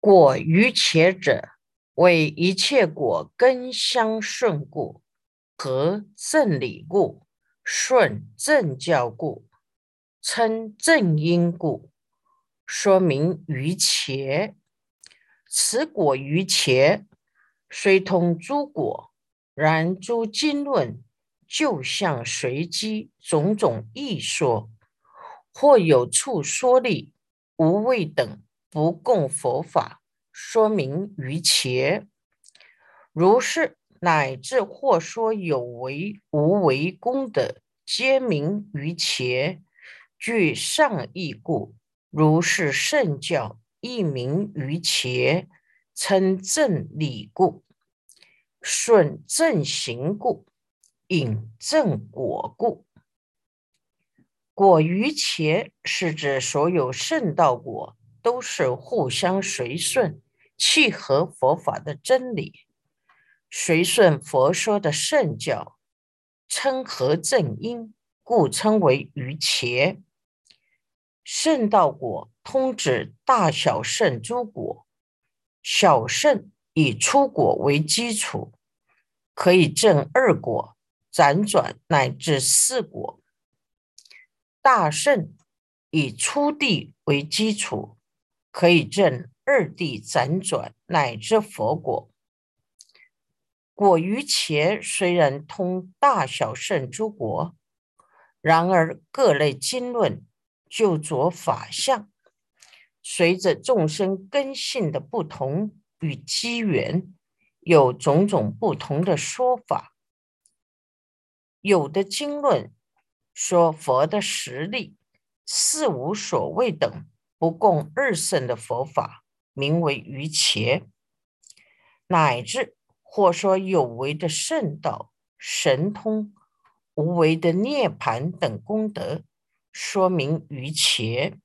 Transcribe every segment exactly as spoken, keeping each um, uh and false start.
果于且者，为一切果根相顺故，和正理故，顺正教故，称正因故，说明于且。此果于且，虽通诸果，然诸经论就像随机种种异说，或有处说例，无谓等不共佛法，说明于且。如是，乃至或说有为无为功德，皆名于且。据上义故，如是圣教亦名于且，称正理故，顺正行故，引正果故。果于且是指所有圣道果都是互相随顺，契合佛法的真理，随顺佛说的圣教，称合正因，故称为于且。圣道果通指大小圣诸果，小圣以初果为基础，可以证二果，辗转乃至四果；大圣以初地为基础，可以证二地辗转乃至佛果。果于且虽然通大小圣诸国，然而各类经论就着法相，随着众生根性的不同与机缘，有种种不同的说法。有的经论说佛的实力、四无所谓等不共二圣的佛法，名为于且，乃至或说有为的圣道、神通、无为的涅槃等功德，说明于且。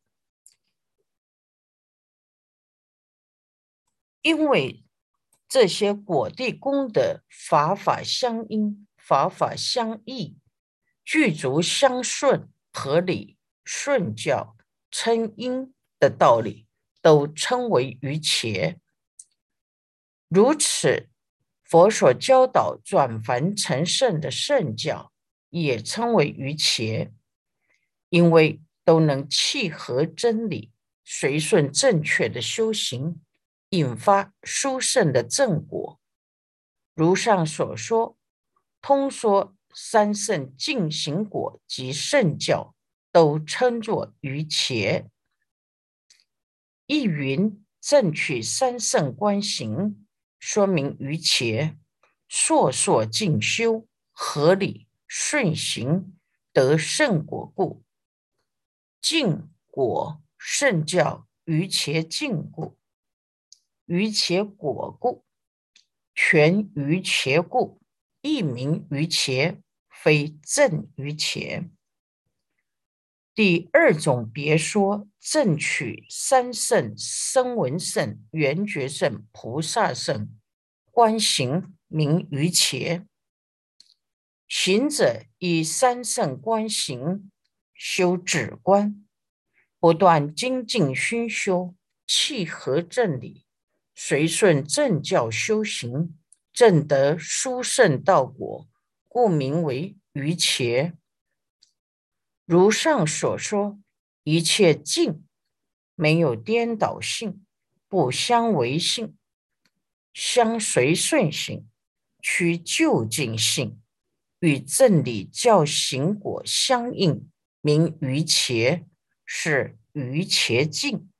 因为这些果地功德法法相应，法法相异，具足相顺、合理、顺教、称因的道理，都称为于且。如此，佛所教导转凡成圣的圣教，也称为于且，因为都能契合真理，随顺正确的修行，引发殊胜的正果。如上所说，通说三圣净行果及圣教，都称作于且。亦云正取三圣观行，说明于且，烁烁进修，合理顺行，得圣果故。净果圣教于且净故，于且果故，全于且故，亦名于且，非正于且。第二种别说，正取三圣、声闻圣、缘觉圣、菩萨圣观行，名于且。行者以三圣观行，修止观，不断精进熏修，契合正理，随顺正教修行，证得殊胜道果，故名为于且。如上所说，一切净，没有颠倒性，不相违性，相随顺性，趋就近性，与正理教行果相应，名于且，是于且净。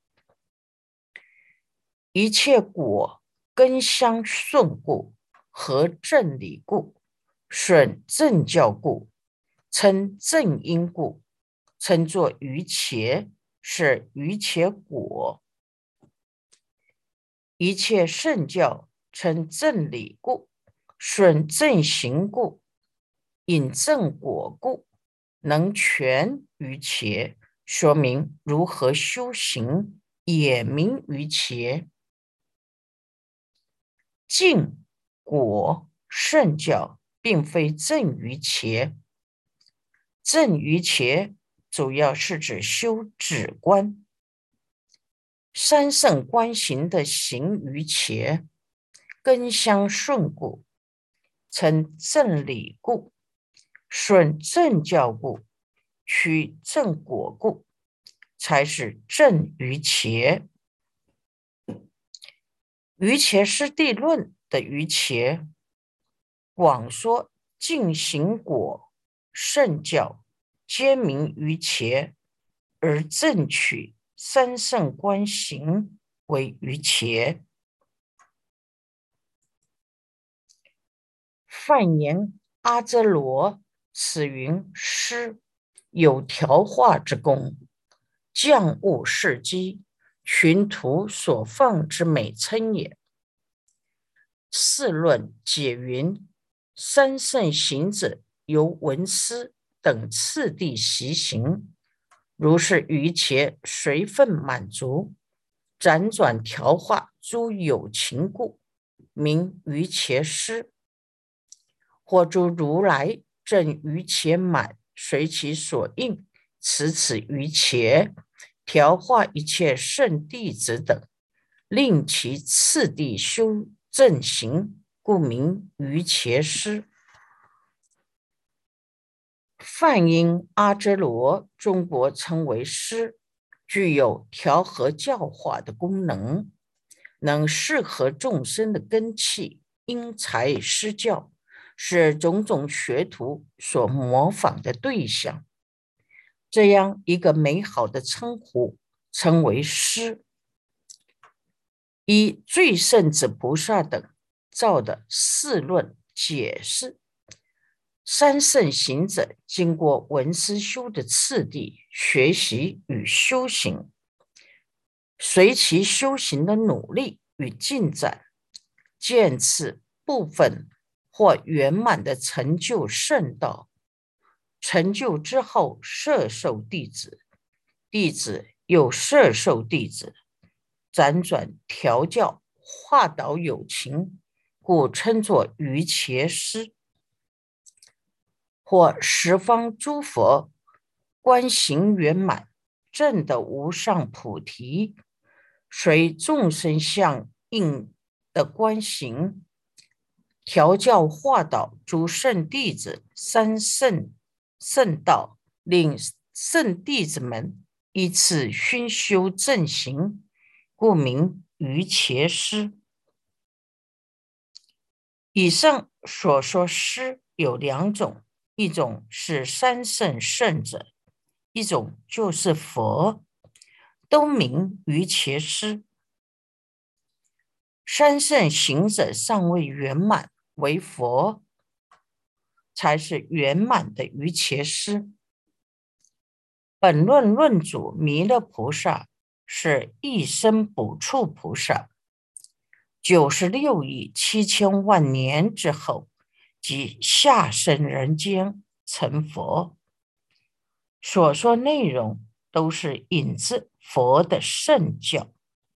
一切果根相顺故，合正理故，顺正教故，称正因故，称作于且，是于且果。一切圣教称正理故，顺正行故，引正果故，能全于且，说明如何修行，也名于且。净果圣教并非正于且，正于且主要是指修止观。 三圣观行的行于前，根相顺故，称正理故，顺正教故，趋正果故，才是正于前。于前师地论的于前，广说尽行果圣教，皆名于前，而正取三圣观行为于前。梵言阿遮罗，此云师有调化之功，降物事机，群徒所放之美称也。四论解云：三圣行者由文思等次第习行，如是于前随分满足，辗转调化诸有情故，名于前师。或诸如来正于前满，随其所应，持此于前，调化一切圣弟子等，令其次第修正行，故名于前师。梵音阿遮罗，中国称为师，具有调和教化的功能，能适合众生的根器，因材施教，是种种学徒所模仿的对象。这样一个美好的称呼，称为师。依最胜子菩萨等造的四论解释，三圣行者经过闻思修的次第学习与修行，随其修行的努力与进展，渐次部分或圆满的成就圣道。成就之后，摄受弟子，弟子又摄受弟子，辗转调教，化导有情，故称作于前师。或十方诸佛观行圆满，证得无上菩提，随众生相应的观行，调教化导诸圣弟子三圣圣道，令圣弟子们依次熏修正行，故名于前师。以上所说师有两种，一种是三圣圣者，一种就是佛，都名于前师。三圣行者尚未圆满为佛，才是圆满的于前师。本论论主弥勒菩萨是一生补处菩萨，九十六亿七千万年之后，即下生人间成佛。所说内容都是引自佛的圣教。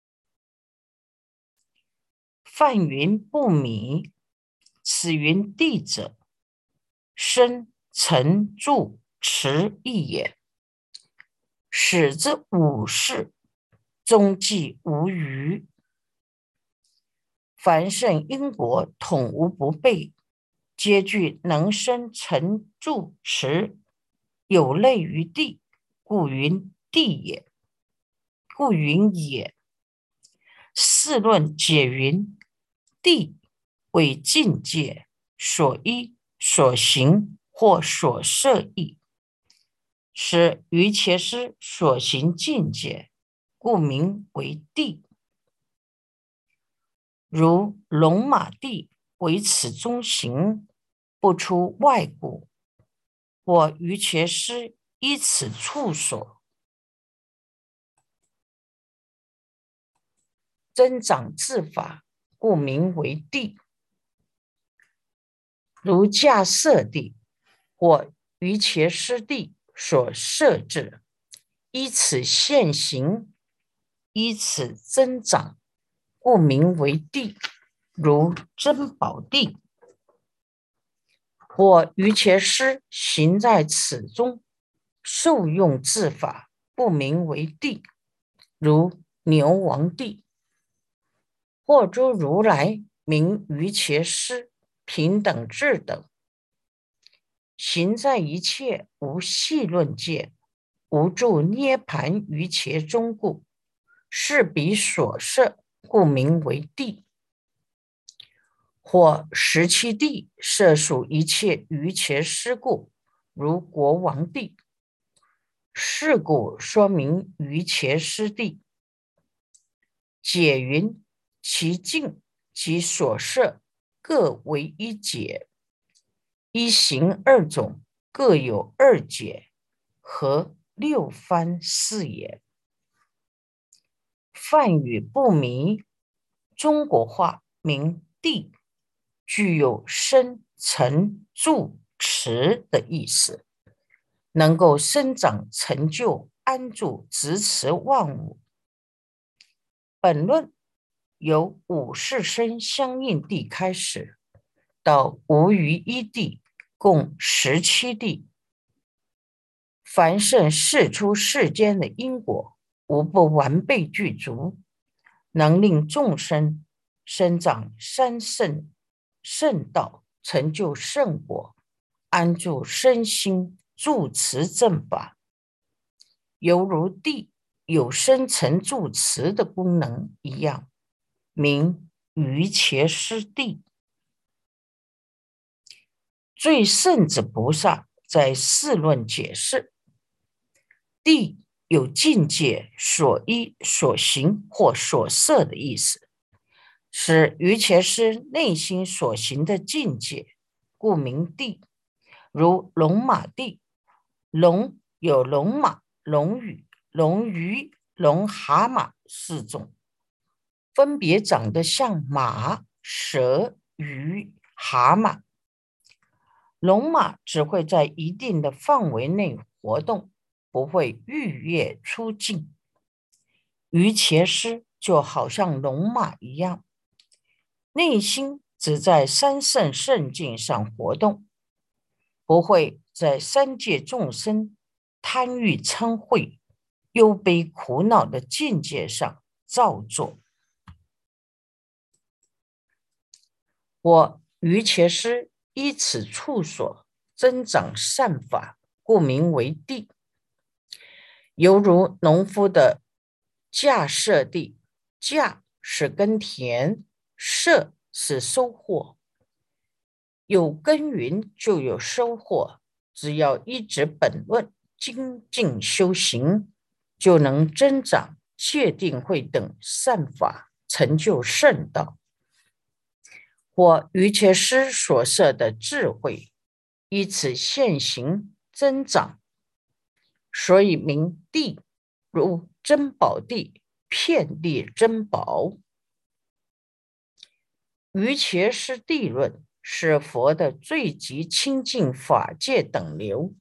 梵云不迷，此云地者，生成住持一也。始之五事，终既无余。凡圣因果统无不备，皆具能生成住持，有类于地，故云地也，故云也。四论解云：地为境界，所依、所行或所摄意，是于前师所行境界，故名为地。如龙马地为此中行，不出外故，或于前师依此处所增长自法，故名为地。如架设地或于前师地所设置，依此现行，依此增长，故名为地。如珍宝地，或于前师行在此中，受用自法，不名为地。如牛王地。或诸如来名于伽师，平等智等，行在一切无细论界，无住涅盘于伽中故，是彼所摄，故名为地。或十七地摄属一切于伽师故，如国王地，是故说明于伽师地。解云：其境及所摄各为一解，一行二种，各有二解，合六番四也。梵语不明，中国话名地，具有生、成、住、持的意思，能够生长、成就、安住、执持万物。本论由五世生相应地开始，到无余一地，共十七地。凡圣世出世间的因果，无不完备具足，能令众生生长三圣圣道，成就圣果，安住身心，住持正法，犹如地有生成住持的功能一样，名于伽师地。最圣之菩萨在四论解释，地有境界所依、所行或所摄的意思，是于伽师内心所行的境界，故名地。如龙马地，龙有龙马、龙羽、龙鱼、龙蛤蟆四种，分别长得像马、蛇、鱼、蛤蟆。龙马只会在一定的范围内活动，不会逾越出境。于伽师就好像龙马一样，内心只在三圣圣境上活动，不会在三界众生贪欲嗔恚、忧悲苦恼的境界上造作。我于伽师依此处所增长善法，故名为地。犹如农夫的稼穑地，稼是耕田，穑是收获。有耕耘就有收获，只要依止本论，精进修行，就能增长戒定慧等善法，成就圣道。或于伽师所摄的智慧，依此现行增长，所以名地，如珍宝地，遍地珍宝。于伽师地论是佛的最极清净法界等流，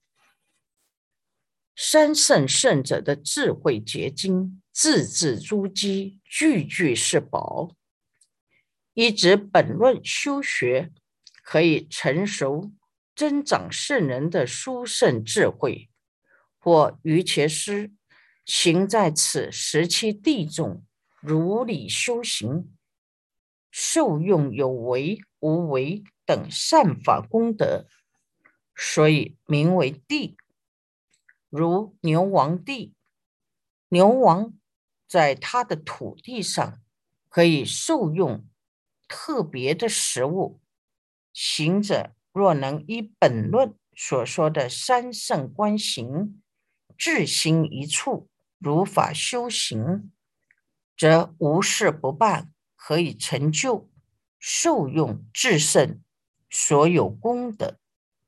三圣圣者的智慧结晶，字字珠玑，句句是宝。依止本论修学，可以成熟增长圣人的殊胜智慧。或于伽师行在此十七地中，如理修行，受用有为、无为等善法功德，所以名为地。如牛王地，牛王在他的土地上可以受用特别的食物，行者若能依本论所说的三圣观行，至心一处，如法修行，则无事不办，可以成就受用至圣所有功德。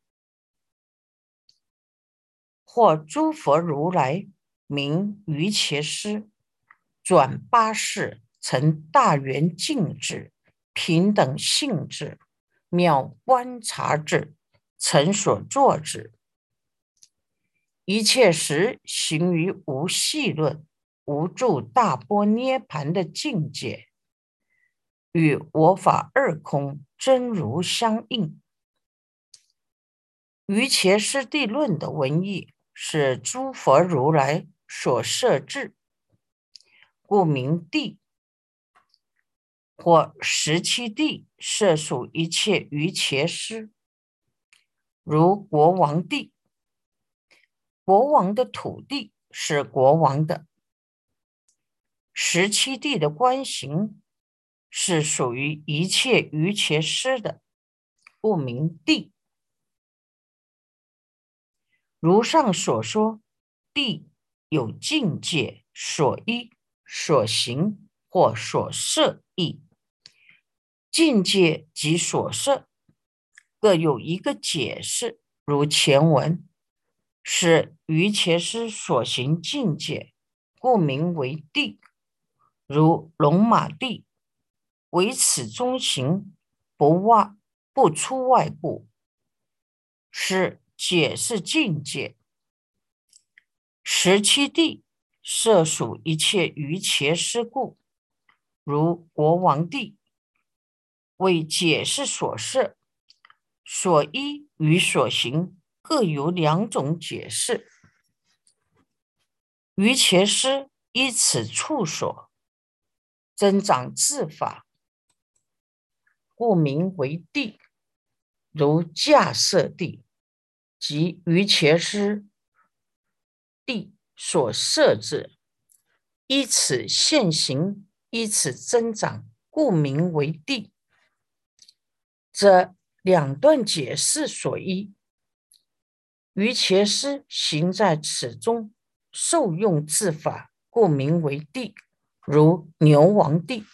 或诸佛如来名于伽师，转八世成大圆净智、平等性智、妙观察智、成所作智，一切时行于无细论、无住大般涅盘的境界，与我法二空真如相应。于伽师地论的文义是诸佛如来所摄智， 故名帝，或十七帝涉属一切于伽师，如国王地。国王的土地是国王的，十七帝的官行是属于一切于伽师的，故名帝。如上所说，帝有境界、所依、所行或所摄义。境界及所摄各有一个解释，如前文是于伽师所行境界，故名为帝。如龙马地，为此中行，不外不出外部，是解释境界。十七地涉属一切于伽师故，如国王地，为解释所摄，所依与所行各有两种解释。于伽师依此处所增长自法，故名为地。如迦摄地及于伽师地所摄之，依此现行，依此增长，故名为地。这两段解释所依，于伽师行在此中，受用自法，故名为地。如牛王地，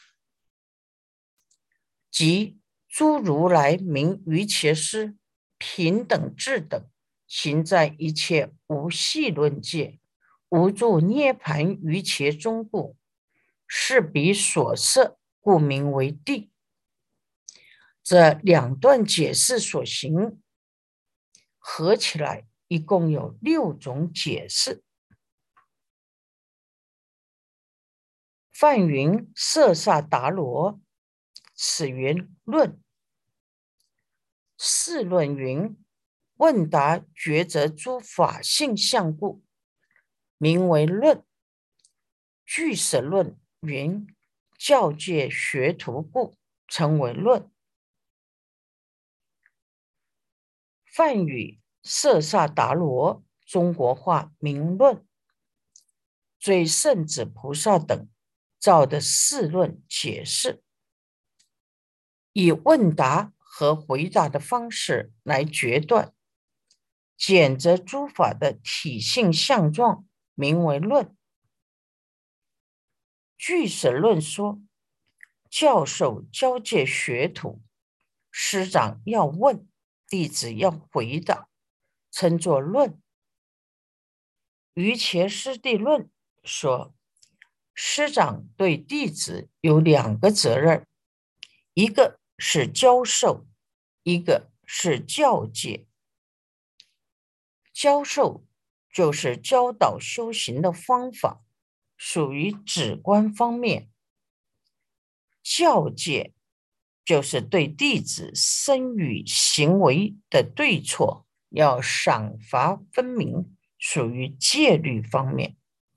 即诸如来名于伽师平等智等，行在一切无系论界，无住涅盘于伽中故，是彼所摄，故名为地。这两段解释所行合起来一共有六种解释。梵云色萨达罗，此云论。四论云：问答抉择诸法性相故，名为论。俱舍论云：教戒学徒故，称为论。梵语色萨达罗中国话名论，最圣子菩萨等造的四论解释，以问答和回答的方式来决断检则诸法的体性相状，名为论。俱舍论说，教授教诫学徒，师长要问，弟子要回答，称作论。于伽师地论说，师长对弟子有两个责任，一个是教授，一个是教诫。教授就是教导修行的方法，属于止观方面；教诫就是对弟子身语行为的对错要赏罚分明，属于戒律方面。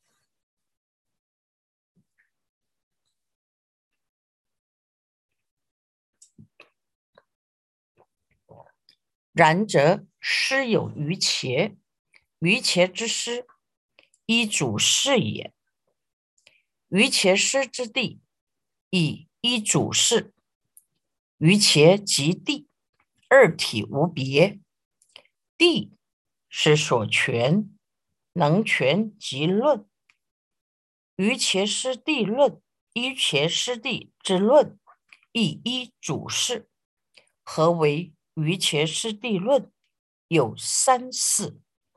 然则师有于伽，于伽之师，依主事也；于伽师之地，亦依主事。于伽即地，二体无别。地是所权，能权即论。于伽师地论，于伽师地之论，亦依主事。何为于伽师地论？有三四。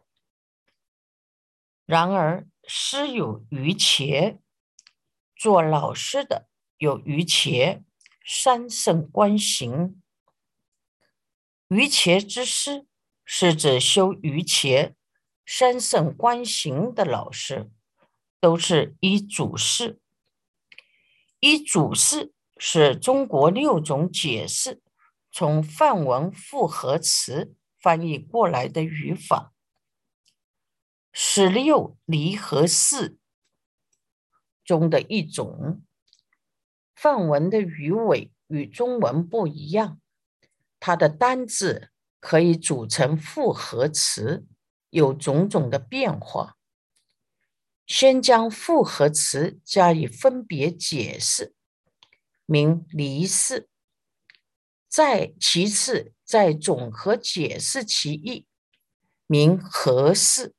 然而师有于伽，做老师的有于伽三圣观行。于伽之师是指修于伽三圣观行的老师，都是依主事。依主事是中国六种解释从梵文复合词翻译过来的语法。十六离合四中的一种。梵文的语尾与中文不一样，它的单字可以组成复合词，有种种的变化。先将复合词加以分别解释，名离释；再其次再总和解释其意，名合释。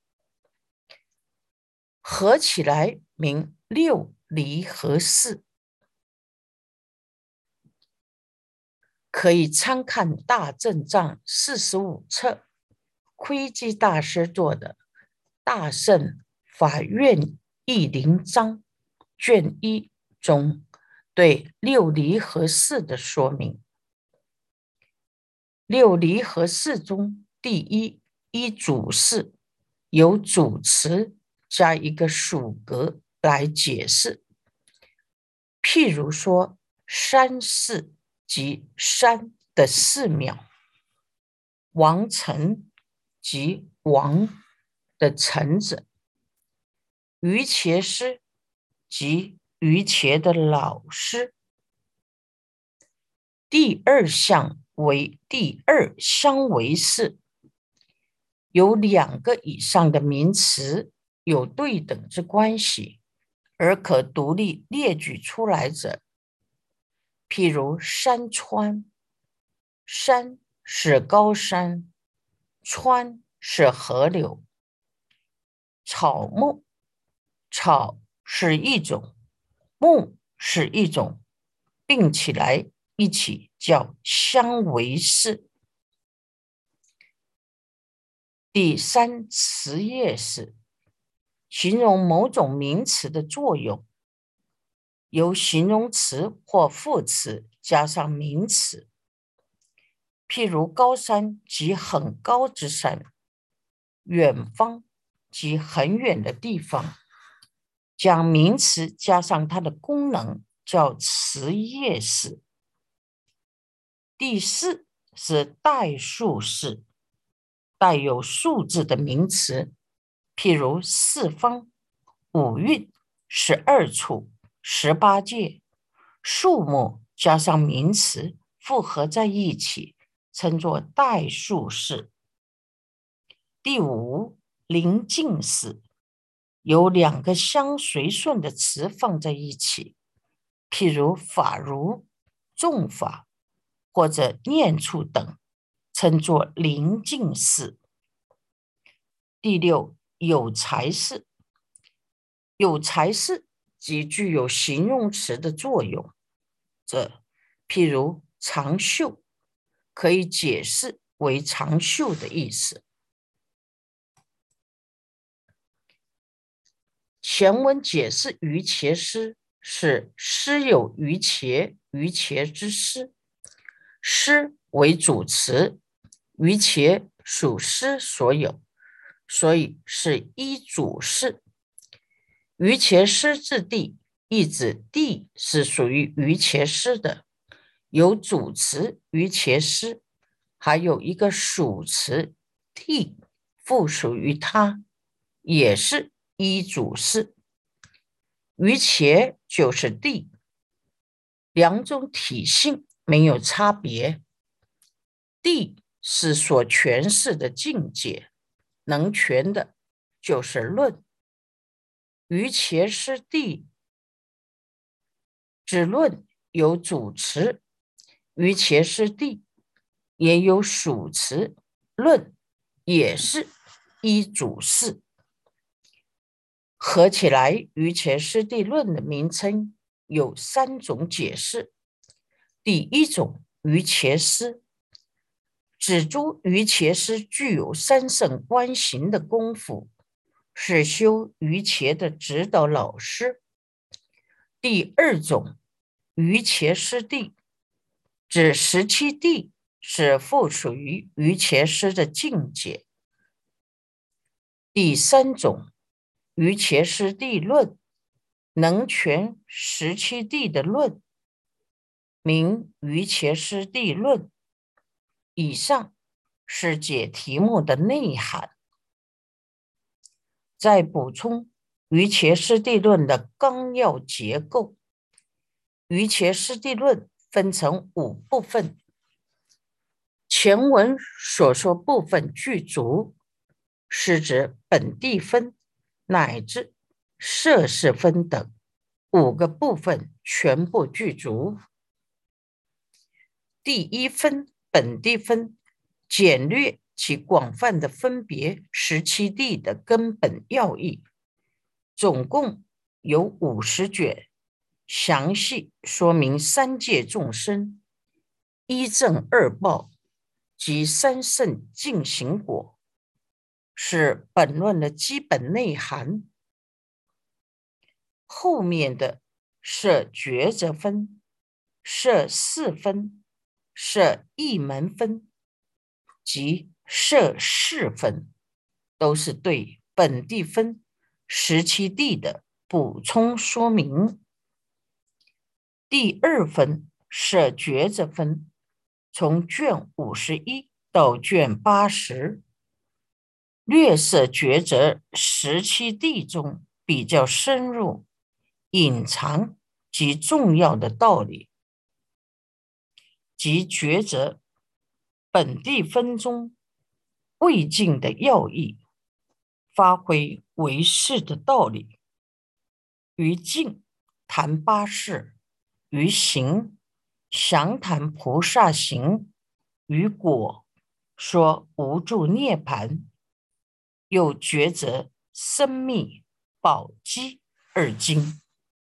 合起来名六离合释。可以参看《大正藏》四十五册，窥基大师做的《大乘法院义林章》卷一中对六离合释的说明。六离合释中，第一一主释，由主词加一个属格来解释。譬如说，山寺即山的寺庙，王臣即王的臣子，瑜伽师即瑜伽的老师。第二项为第二相为释，有两个以上的名词有对等之关系，而可独立列举出来者，譬如山川，山是高山，川是河流；草木，草是一种，木是一种，并起来一起叫相为释。第三词业释，形容某种名词的作用，由形容词或副词加上名词。譬如高山即很高之山，远方即很远的地方，将名词加上它的功能，叫词业释。第四是代数释，带有数字的名词，譬如四方、五蕴、十二处、十八界，数目加上名词复合在一起，称作代数释。第五，临近释，有两个相随顺的词放在一起，譬如法如、众法或者念处等，称作临近释。第六，有才释，有才释即具有形容词的作用，这譬如长袖，可以解释为长袖的意思。前文解释瑜伽师是师有瑜伽，瑜伽之师，师为主词，瑜伽属师所有，所以是依主释。瑜伽师之地，意指地是属于瑜伽师的，有主词瑜伽师，还有一个属词地附属于它，也是依主释。瑜伽就是地，两种体性没有差别。地是所诠释的境界，能诠的就是论。瑜伽师地之论有主词，瑜伽师地也有属词，论也是依主释。合起来，瑜伽师地论的名称有三种解释。第一种，瑜伽师，指诸瑜伽师具有三圣观行的功夫，是修瑜伽的指导老师。第二种，瑜伽师地，指十七地是附属于瑜伽师的境界。第三种，瑜伽师地论，能诠十七地的论，名瑜伽师地论。以上是解题目的内涵。再补充瑜伽师地论的纲要结构。瑜伽师地论分成五部分，前文所说部分具足，是指本地分乃至摄事分等五个部分全部具足。第一分本地分简略其广泛的分别十七地的根本要义，总共有五十卷，详细说明三界众生一正二报及三圣净行果，是本论的基本内涵。后面的设抉择分、设四分、设一门分及设事分，都是对本地分十七地的补充说明。第二分设抉择分，从卷五十一到卷八十，略设抉择十七地中比较深入、隐藏及重要的道理，及抉择本地分中未尽的要义，发挥为是的道理。于静谈八事，于行详谈菩萨行，于果说无住涅槃，又抉择生密、宝积二经。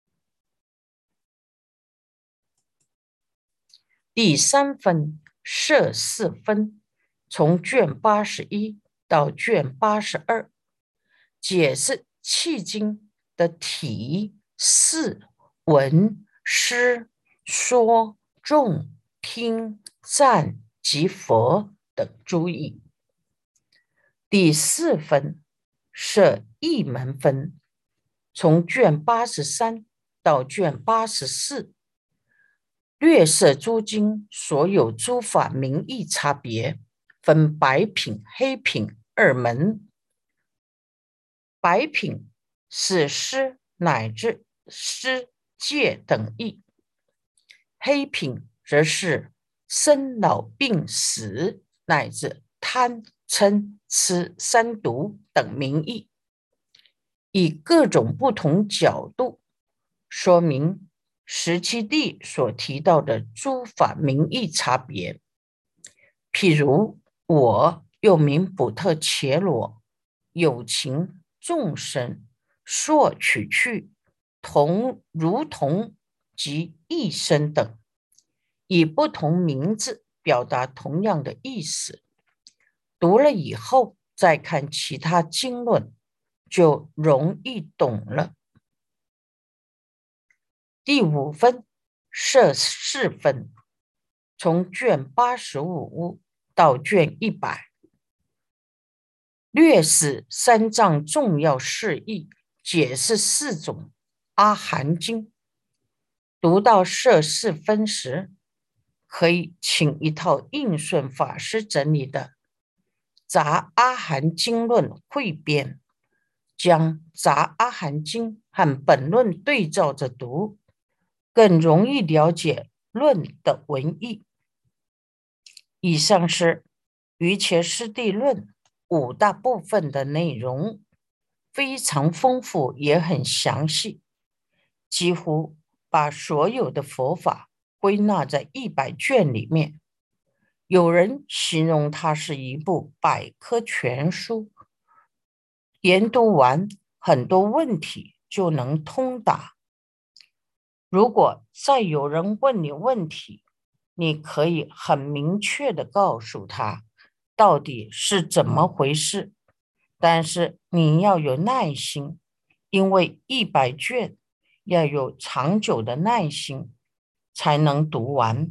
第三分摄四分，从卷八十一到卷八十二，解释契经的体、事、闻、思、说、众、听、赞及佛等诸义。第四分设一门分，从卷八十三到卷八十四，略设诸经所有诸法名义差别，分白品、黑品二门。白品是施乃至施戒等义，黑品则是生老病死乃至贪嗔痴三毒等名义，以各种不同角度说明十七地所提到的诸法名义差别。譬如我又名补特伽罗，有情众生说取去同如同及一生等，以不同名字表达同样的意思。读了以后再看其他经论，就容易懂了。第五分摄事分，从卷八十五到卷一百，略使三藏重要释义，解释四种阿含经。读到摄事分时，可以请一套应顺法师整理的《杂阿含经论汇编》，将《杂阿含经》和本论对照着读，更容易了解论的文意。以上是瑜伽师地论五大部分的内容，非常丰富，也很详细，几乎把所有的佛法归纳在一百卷里面。有人形容它是一部百科全书，研读完很多问题就能通达。如果再有人问你问题，你可以很明确地告诉他到底是怎么回事，但是你要有耐心，因为一百卷要有长久的耐心才能读完。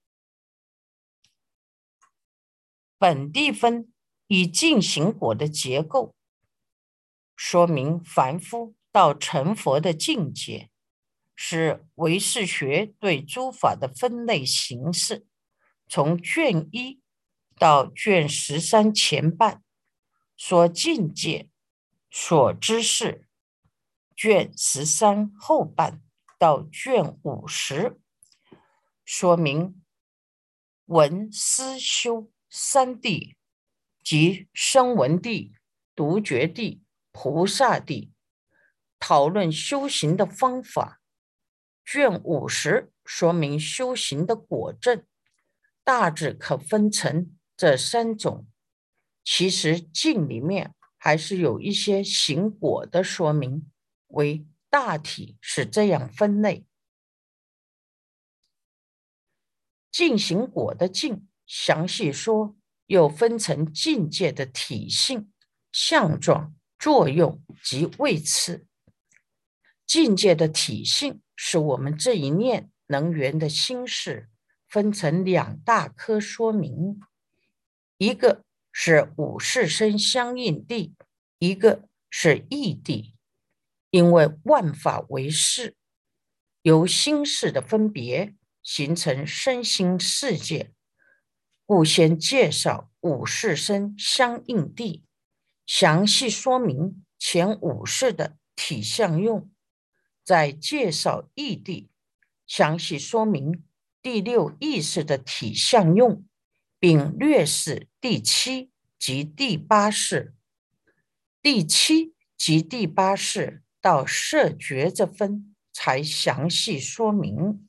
本地分以净行果的结构，说明凡夫到成佛的境界，是唯识学对诸法的分类形式。从卷一到卷十三前半，所境界、所知识卷十三后半到卷五十，说明闻思修三谛，即声闻谛、独觉谛、菩萨谛，讨论修行的方法。卷五十说明修行的果证，大致可分成这三种。其实经里面还是有一些行果的说明，为大体是这样分类。净行果的净，详细说又分成境界的体性、相状、作用及位次。境界的体性是我们这一念能源的心事，分成两大科说明，一个是五识身相应谛，一个是义谛。因为万法为识，由心事的分别形成身心世界，故先介绍五识身相应谛，详细说明前五识的体相用，再介绍义谛，详细说明第六意识的体相用，并略示第七及第八识。第七及第八识到摄觉这分才详细说明。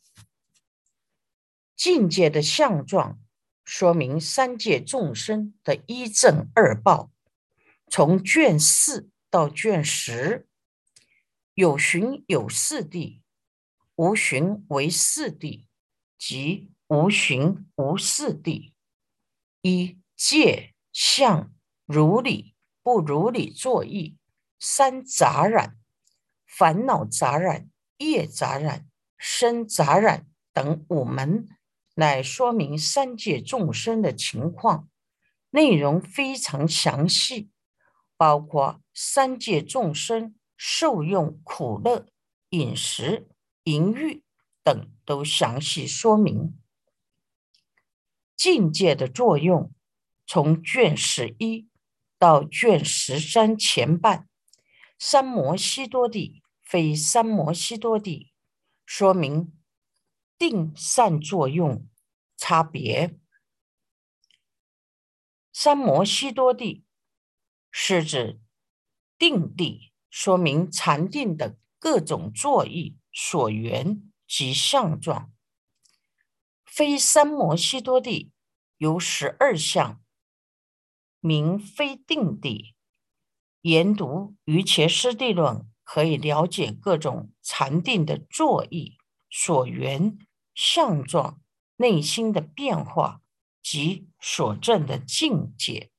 境界的相状说明三界众生的一正二报，从卷四到卷十，有寻有四谛，无寻为四谛，即无寻无四谛。一界相如理不如理作意，三杂染、烦恼杂染、业杂染、身杂染等五门，乃说明三界众生的情况，内容非常详细，包括三界众生受用苦乐、饮食、淫欲等都详细说明。境界的作用，从卷十一到卷十三前半，三摩悉多谛非三摩悉多谛，说明定善作用差别。三摩悉多谛是指定谛，说明禅定的各种作意所缘及相状。非三摩悉多谛有十二相，名非定谛。研读瑜伽师地论，可以了解各种禅定的作意、所缘、相状、内心的变化及所证的境界。